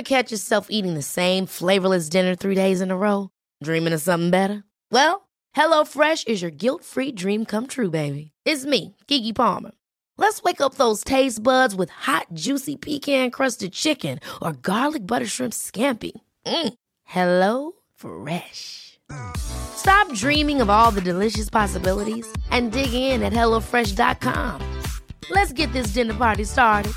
catch yourself eating the same flavorless dinner 3 days in a row? Dreaming of something better? Well, HelloFresh is your guilt-free dream come true, baby. It's me, Keke Palmer. Let's wake up those taste buds with hot, juicy pecan-crusted chicken or garlic butter shrimp scampi. Hello Fresh. Stop dreaming of all the delicious possibilities and dig in at HelloFresh.com. Let's get this dinner party started.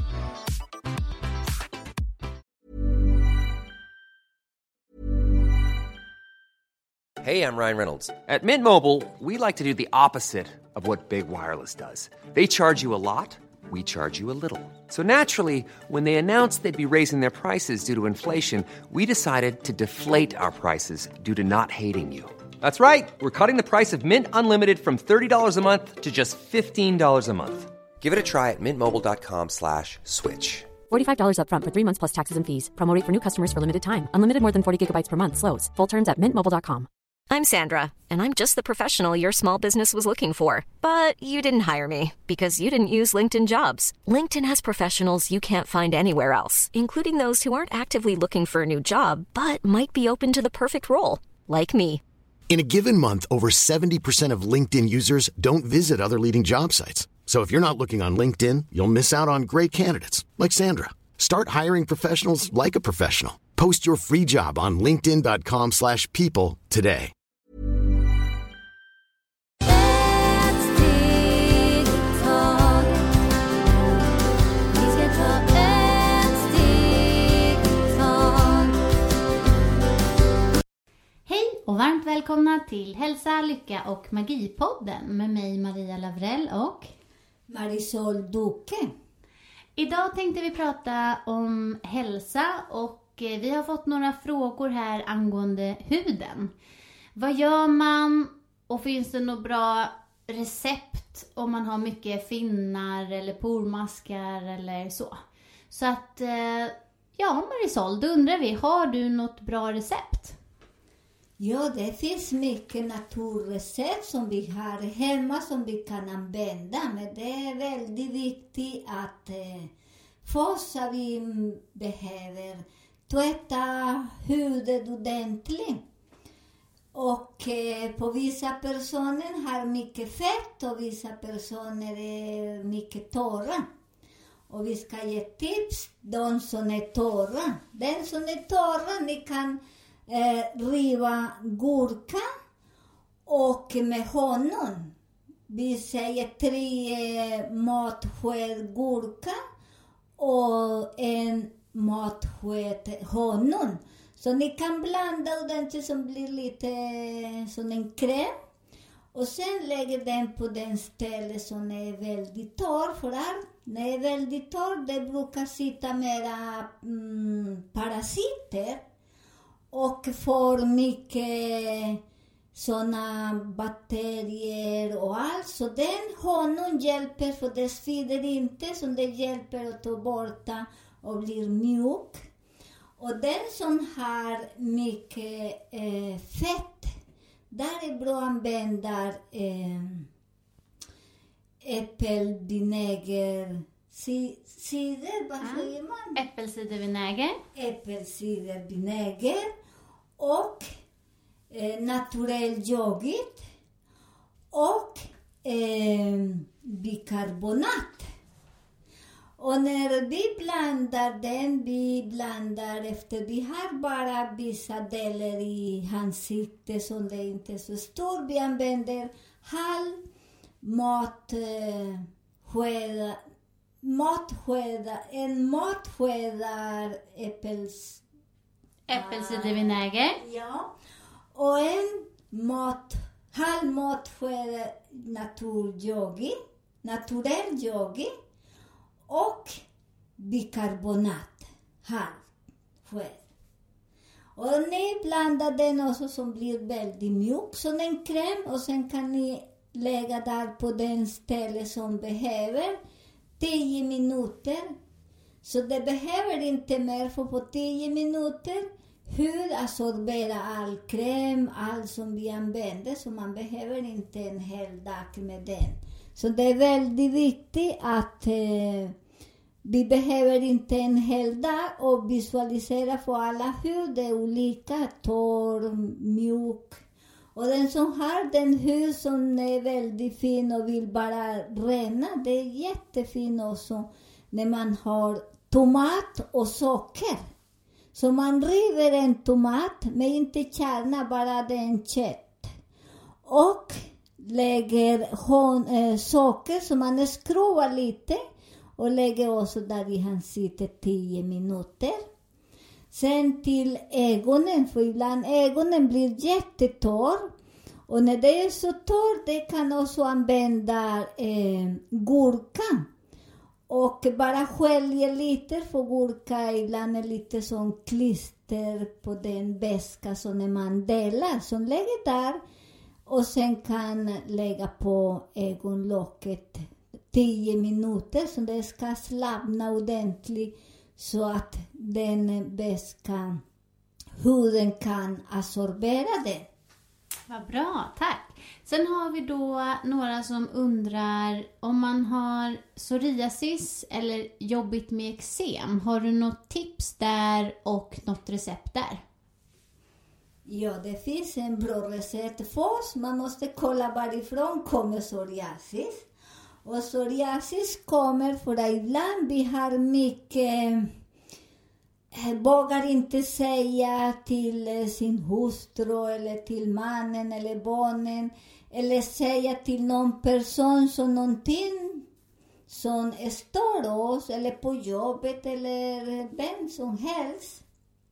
Hey, I'm Ryan Reynolds. At Mint Mobile, we like to do the opposite of what Big Wireless does. They charge you a lot, we charge you a little. So naturally, when they announced they'd be raising their prices due to inflation, we decided to deflate our prices due to not hating you. That's right. We're cutting the price of Mint Unlimited from $30 a month to just $15 a month. Give it a try at mintmobile.com/switch. $45 up front for 3 months plus taxes and fees. Promo rate for new customers for limited time. Unlimited more than 40 gigabytes per month. Slows full terms at mintmobile.com. I'm Sandra, and I'm just the professional your small business was looking for. But you didn't hire me because you didn't use LinkedIn Jobs. LinkedIn has professionals you can't find anywhere else, including those who aren't actively looking for a new job, but might be open to the perfect role, like me. In a given month, over 70% of LinkedIn users don't visit other leading job sites. So if you're not looking on LinkedIn, you'll miss out on great candidates like Sandra. Start hiring professionals like a professional. Post your free job on linkedin.com/people today. Hej och varmt välkomna till Hälsa, Lycka och Magipodden med mig Maria Lavrell och Marisol Duque. Idag tänkte vi prata om hälsa och vi har fått några frågor här angående huden. Vad gör man och finns det något bra recept om man har mycket finnar eller pormaskar eller så? Så att, ja Marisol, då undrar vi, har du något bra recept? Ja, det finns mycket naturrecept som vi har hemma som vi kan använda. Men det är väldigt viktigt att först vi behöver tvätta huvudet ordentligt. Och på vissa personer har mycket fett och vissa personer är mycket torra. Och vi ska ge tips, de som är torra. Den som är torra, ni kan riva gurka och med honung. Vi säger 3 matsked gurka och 1 matsked honung. Så ni kan blanda ordentligt som blir lite som en kräm. Och sen lägger den på den ställe som är väldigt torr. För att när det är väldigt torr, det brukar sitta mera parasiter. Och får mycket såna bakterier och allt. Så den honung hjälper, för det svider inte. Så det hjälper att ta bort och blir mjuk. Och den som har mycket fett, där är bra att använda äppelvinäger. Cider, vad säger man? Äppelcidervinäger. Äppelcidervinäger och naturell yoghurt och bikarbonat. Och när vi blandar den, vi blandar efter, vi har bara vissa delar i ansiktet som det inte är så stor. Vi använder halv en matskedar Äppelcidervinäger. Ja. Och en halv matsked naturell yoghurt och bikarbonat halvsked. Och ni blandar den också som blir väldigt mjuk som en kräm, och sen kan ni lägga där på den ställe som behöver 10 minuter. Så det behöver inte mer, för på 10 minuter hur absorbera all kräm, allt som vi använder, så man behöver inte en hel dag med den. Så det är väldigt viktigt att Vi behöver inte en hel dag och visualisera för alla hud är olika, torr, mjuk. Och den som har den hud som är väldigt fin och vill bara rena, det är jättefin också när man har tomat och socker. Så man river en tomat men inte kärna, bara den kött. Och lägger socker så man skruvar lite och lägger också där i ansiktet 10 minuter. Sen till ögonen, för ibland ögonen blir jättetorr. Och när det är så torrt, det kan också använda gurka. Och bara skölja lite, för gurka ibland är lite som klister på den väska som när man delar. Så lägger där och sen kan lägga på ögonlocket 10 minuter så det ska slappna ordentligt så att den väskan, huden kan absorbera det. Vad bra, tack. Sen har vi då några som undrar om man har psoriasis eller jobbigt med eksem. Har du något tips där och något recept där? Ja, det finns en bra recept. Först man måste kolla varifrån kommer psoriasis. Och psoriasis kommer för att ibland vi har mycket, vågar inte säga till sin hustru eller till mannen eller barnen. Eller säga till någon person som någonting som stör oss eller på jobbet eller vem som helst.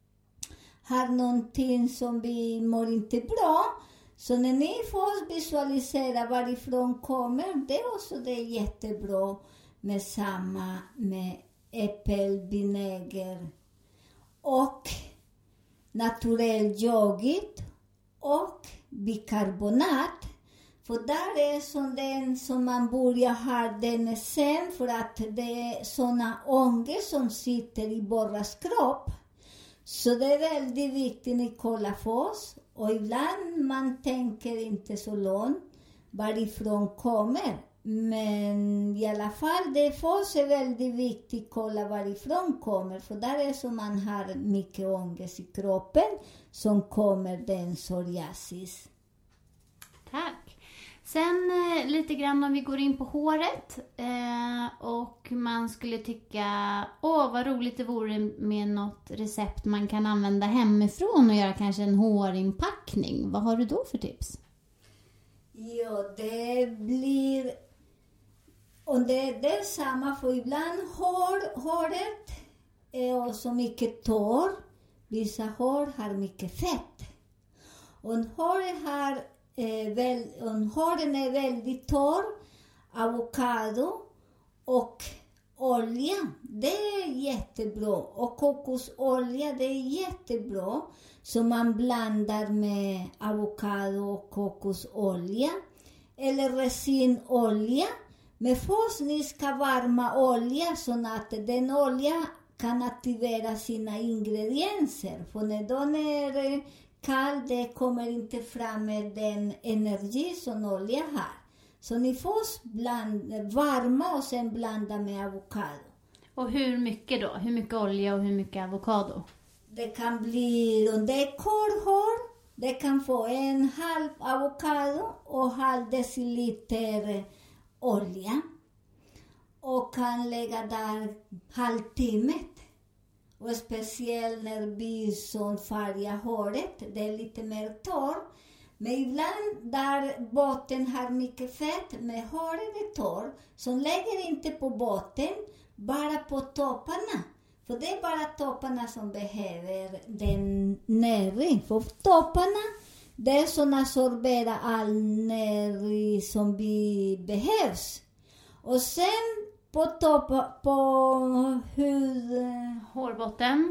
Har någonting som vi mår inte bra. Så när ni får visualisera varifrån kommer, det är också det är jättebra med samma med äppelvinäger och naturell yoghurt och bikarbonat. För där är som den som man börjar ha den sen för att det är såna ånger som sitter i våras kropp. Så det är väldigt viktigt att ni kollar för oss. Och ibland man tänker inte så långt varifrån kommer. Men i alla fall det för oss är väldigt viktigt att kolla varifrån kommer. För där är så man har mycket ångest i kroppen som kommer den psoriasis. Tack. Sen lite grann om vi går in på håret och man skulle tycka, vad roligt det vore med något recept man kan använda hemifrån och göra kanske en hårinpackning. Vad har du då för tips? Ja, det blir, och det är samma för ibland håret är också mycket torr. Vissa hår har mycket fett. Och håren är väldigt torr, avokado och olja, det är jättebra. Och kokosolja, det är jättebra. Så man blandar med avokado och kokosolja. Eller resinolja. Men först ni ska varma olja så att den olja kan aktivera sina ingredienser. För när de är kall, det kommer inte fram med den energi som olja har. Så ni får varma och sen blanda med avokado. Och hur mycket då? Hur mycket olja och hur mycket avokado? Det kan bli, om det är korthår, det kan få en halv avokado och halv deciliter olja. Och kan lägga där halvtimme. Och speciellt när vi som färgar håret, det är lite mer torr. Men ibland där botten har mycket fett, med håret är torr, så lägger inte på botten, bara på topparna. För det är bara topparna som behöver den näring. För topparna, det är som absorberar all näring som vi behövs. Och sen på hårbotten,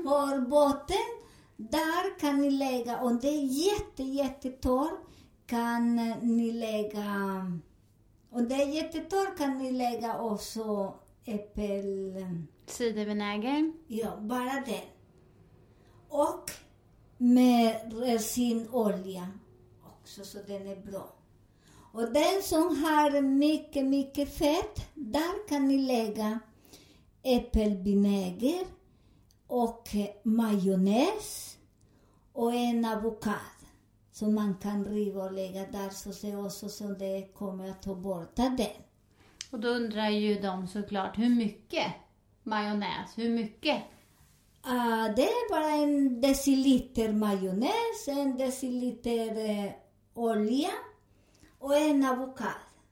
där kan ni lägga, om det är jättetorr kan ni lägga, om det är jättetorr kan ni lägga också cidervinäger. Ja, bara det. Och med resinolja också, så den är bra. Och den som har mycket fett, där kan ni lägga äppelvinäger och majonnäs och en avokad som man kan riva och lägga där, så ser också som det kommer att ta bort den. Och då undrar ju de såklart, hur mycket majonnäs, hur mycket? Det är bara 1 deciliter majonnäs, 1 deciliter olja och en avokad.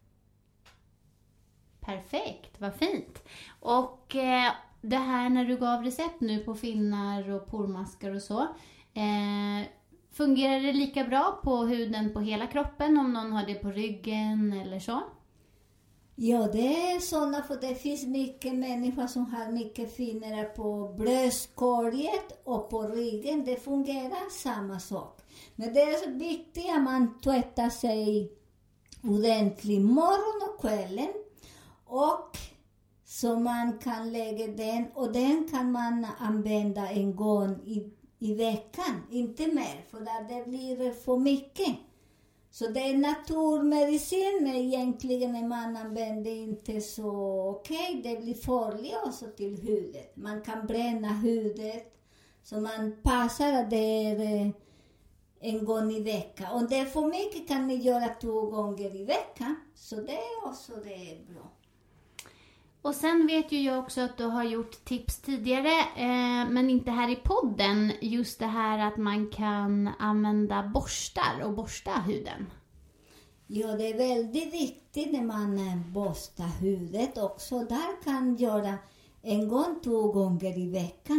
Perfekt, vad fint. Och det här när du gav recept nu på finnar och pormaskar och så. Fungerar det lika bra på huden på hela kroppen om någon har det på ryggen eller så? Ja, det är sådana, för det finns mycket människor som har mycket finnar på bröstkorget och på ryggen. Det fungerar samma sak. Men det är så viktigt att man tvättar sig ordentligt morgon och kvällen. Och så man kan lägga den, och den kan man använda en gång i veckan, inte mer, för att det blir för mycket. Så det är naturmedicin, men egentligen när man använder inte så okej, det blir farligt också till huvudet. Man kan bränna huvudet, så man passar att det är en gång i veckan. Och det är för mycket kan ni göra 2 gånger i veckan, så det är också det är bra. Och sen vet ju jag också att du har gjort tips tidigare, men inte här i podden. Just det här att man kan använda borstar och borsta huden. Ja, det är väldigt viktigt när man borstar huvudet också. Där kan göra 1 gång, 2 gånger i veckan.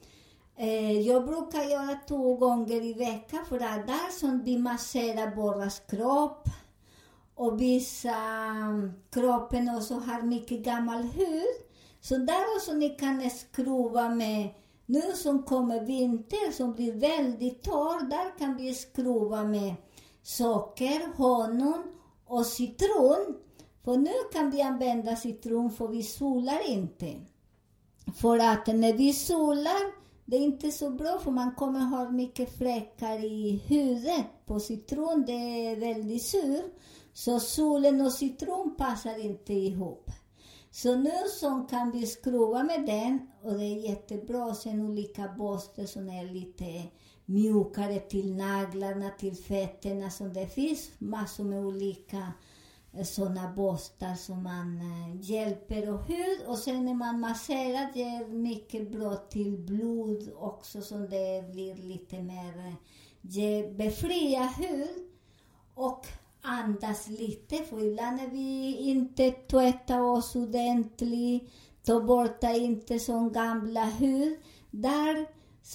Jag brukar göra 2 gånger i veckan, för att där som vi masserar våras kropp. Och vissa kroppen också har mycket gammal hud. Så där också ni kan skruva med, nu som kommer vinter som blir väldigt torr, där kan vi skruva med socker, honung och citron. För nu kan vi använda citron, för vi solar inte. För att när vi solar, det är inte så bra, för man kommer ha mycket fläckar i huvudet. På citron, det är väldigt sur. Så solen och citron passar inte ihop. Så nu så kan vi skruva med den, och det är jättebra. Sen olika borstar som är lite mjukare till naglarna, till fötterna. Så det finns massor med olika sådana borstar som man hjälper och hud. Och sen när man masserar, det är mycket bra till blod också, så det blir lite mer befria hud. Och andas lite, för ibland när vi inte tvättar oss ordentligt, tar bort inte sån gamla hud, där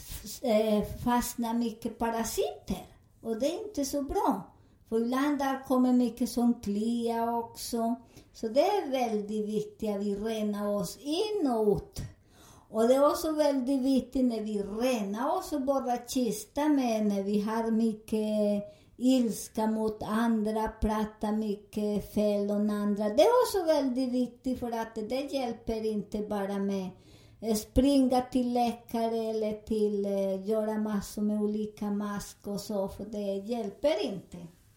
fastnar mycket parasiter, och det är inte så bra, för ibland där kommer mycket som klia också. Så det är väldigt viktigt att vi renar oss in och ut. Och det är också väldigt viktigt när vi renar oss och bara kista med, när vi har mycket ilska mot andra, prata mycket fel om andra. Det är också väldigt viktigt, för att det hjälper inte bara med springa till läkare eller till göra massor med olika mask och så, för det hjälper inte.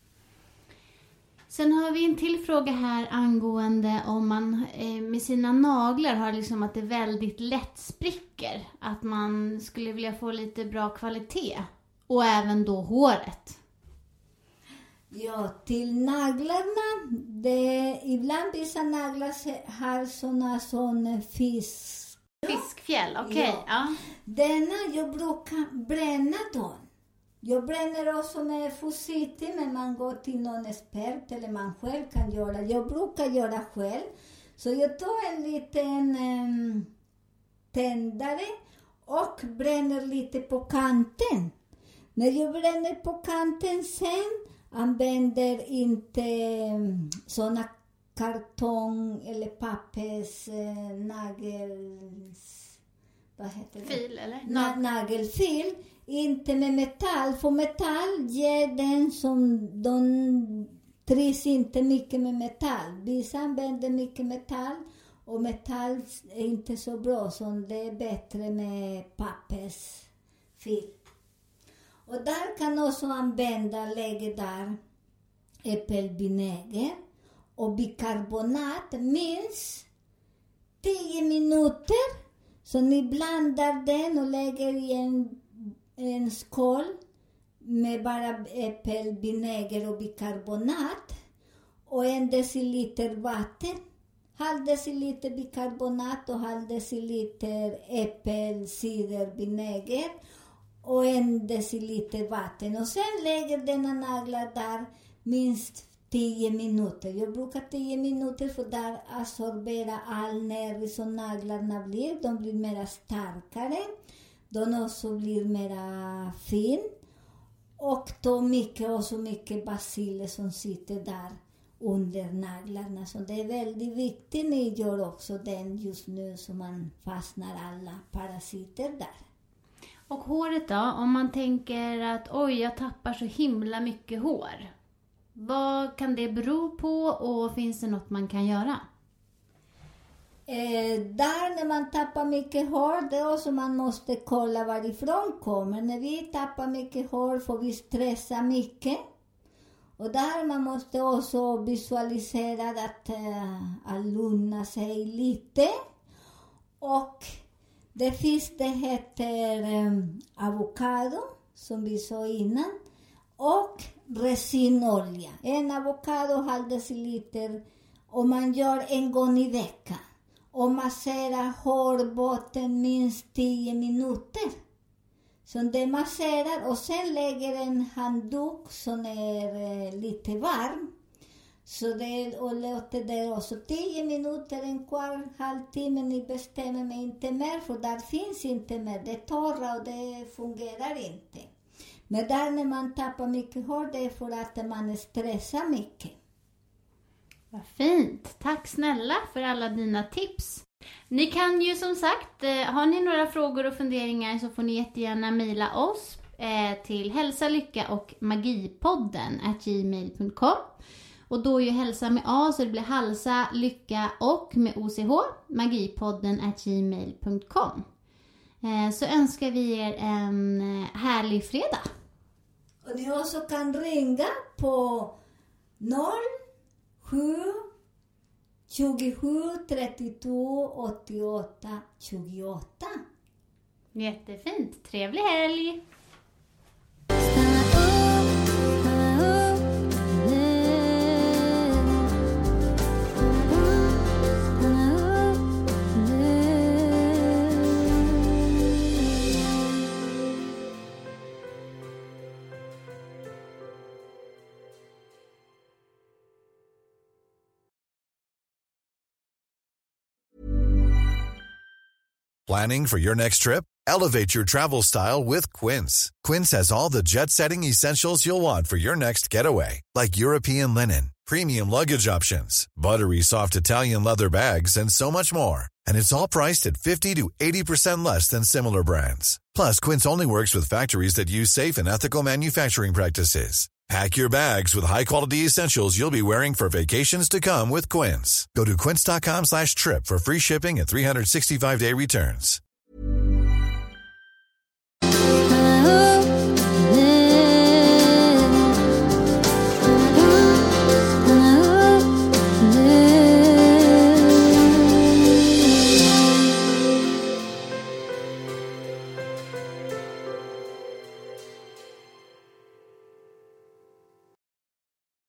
Sen har vi en till fråga här angående om man med sina naglar har liksom att det väldigt lätt spricker. Att man skulle vilja få lite bra kvalitet. Och även då håret. Ja, till naglarna, ibland vissa naglar har sån fiskfjäll, okej. Ja. Denna, jag brukar bränna dem. Jag bränner också med försiktigt, men man går till någon expert eller man själv kan göra. Jag brukar göra själv. Så jag tar en liten tändare och bränner lite på kanten. När jag bränner på kanten sen, använder inte såna kartong eller pappers vad heter det? Fil eller? Nagelfil. Inte med metall. För metall ger den som de trivs inte mycket med metall. Vissa använder mycket metall. Och metall är inte så bra. Så det är bättre med pappersfil. Och där kan också lägga där äppelvinäger och bikarbonat minst 10 minuter. Så ni blandar den och lägger i en skål med bara äppelvinäger och bikarbonat. Och 1 deciliter vatten. Halv deciliter bikarbonat och halv deciliter äppelcidervinäger. Och 1 deciliter vatten. Och sen lägger denna naglar där minst 10 minuter. Jag brukar 10 minuter för där absorberar all nerv som naglarna blir. De blir mer starkare. De också blir mer fin. Och då mycket basiller som sitter där under naglarna. Så det är väldigt viktigt. Ni gör också den just nu så man fastnar alla parasiter där. Och håret då? Om man tänker att jag tappar så himla mycket hår. Vad kan det bero på och finns det något man kan göra? Där när man tappar mycket hår, det är också man måste kolla varifrån kommer. När vi tappar mycket hår får vi stressa mycket. Och där man måste också visualisera att lugna sig lite. Och det heter avokado som vi sa innan. Och resinolja. En avokado, halv deciliter. Och man gör 1 gång i veckan. Och masserar hårbotten minst 10 minuter. Så det masserar och sen lägger en handduk som är lite varm. Så det och låter det också 10 minuter, 1/4, halvtimme. Ni bestämmer mig inte mer för där finns inte mer. Det är torra och det fungerar inte. Men där när man tappar mycket hår, det är för att man stressar mycket. Vad fint. Tack snälla för alla dina tips. Ni kan ju som sagt, har ni några frågor och funderingar så får ni jättegärna mejla oss till hälsalycka.magipodden@gmail.com. Och då är ju hälsa med A så det blir halsa, lycka och med OCH, magipodden@gmail.com. Så önskar vi er en härlig fredag. Och ni också kan ringa på 07 27 32 88 28. Jättefint. Trevlig helg! Planning for your next trip? Elevate your travel style with Quince. Quince has all the jet-setting essentials you'll want for your next getaway, like European linen, premium luggage options, buttery soft Italian leather bags, and so much more. And it's all priced at 50 to 80% less than similar brands. Plus, Quince only works with factories that use safe and ethical manufacturing practices. Pack your bags with high-quality essentials you'll be wearing for vacations to come with Quince. Go to quince.com/trip for free shipping and 365-day returns.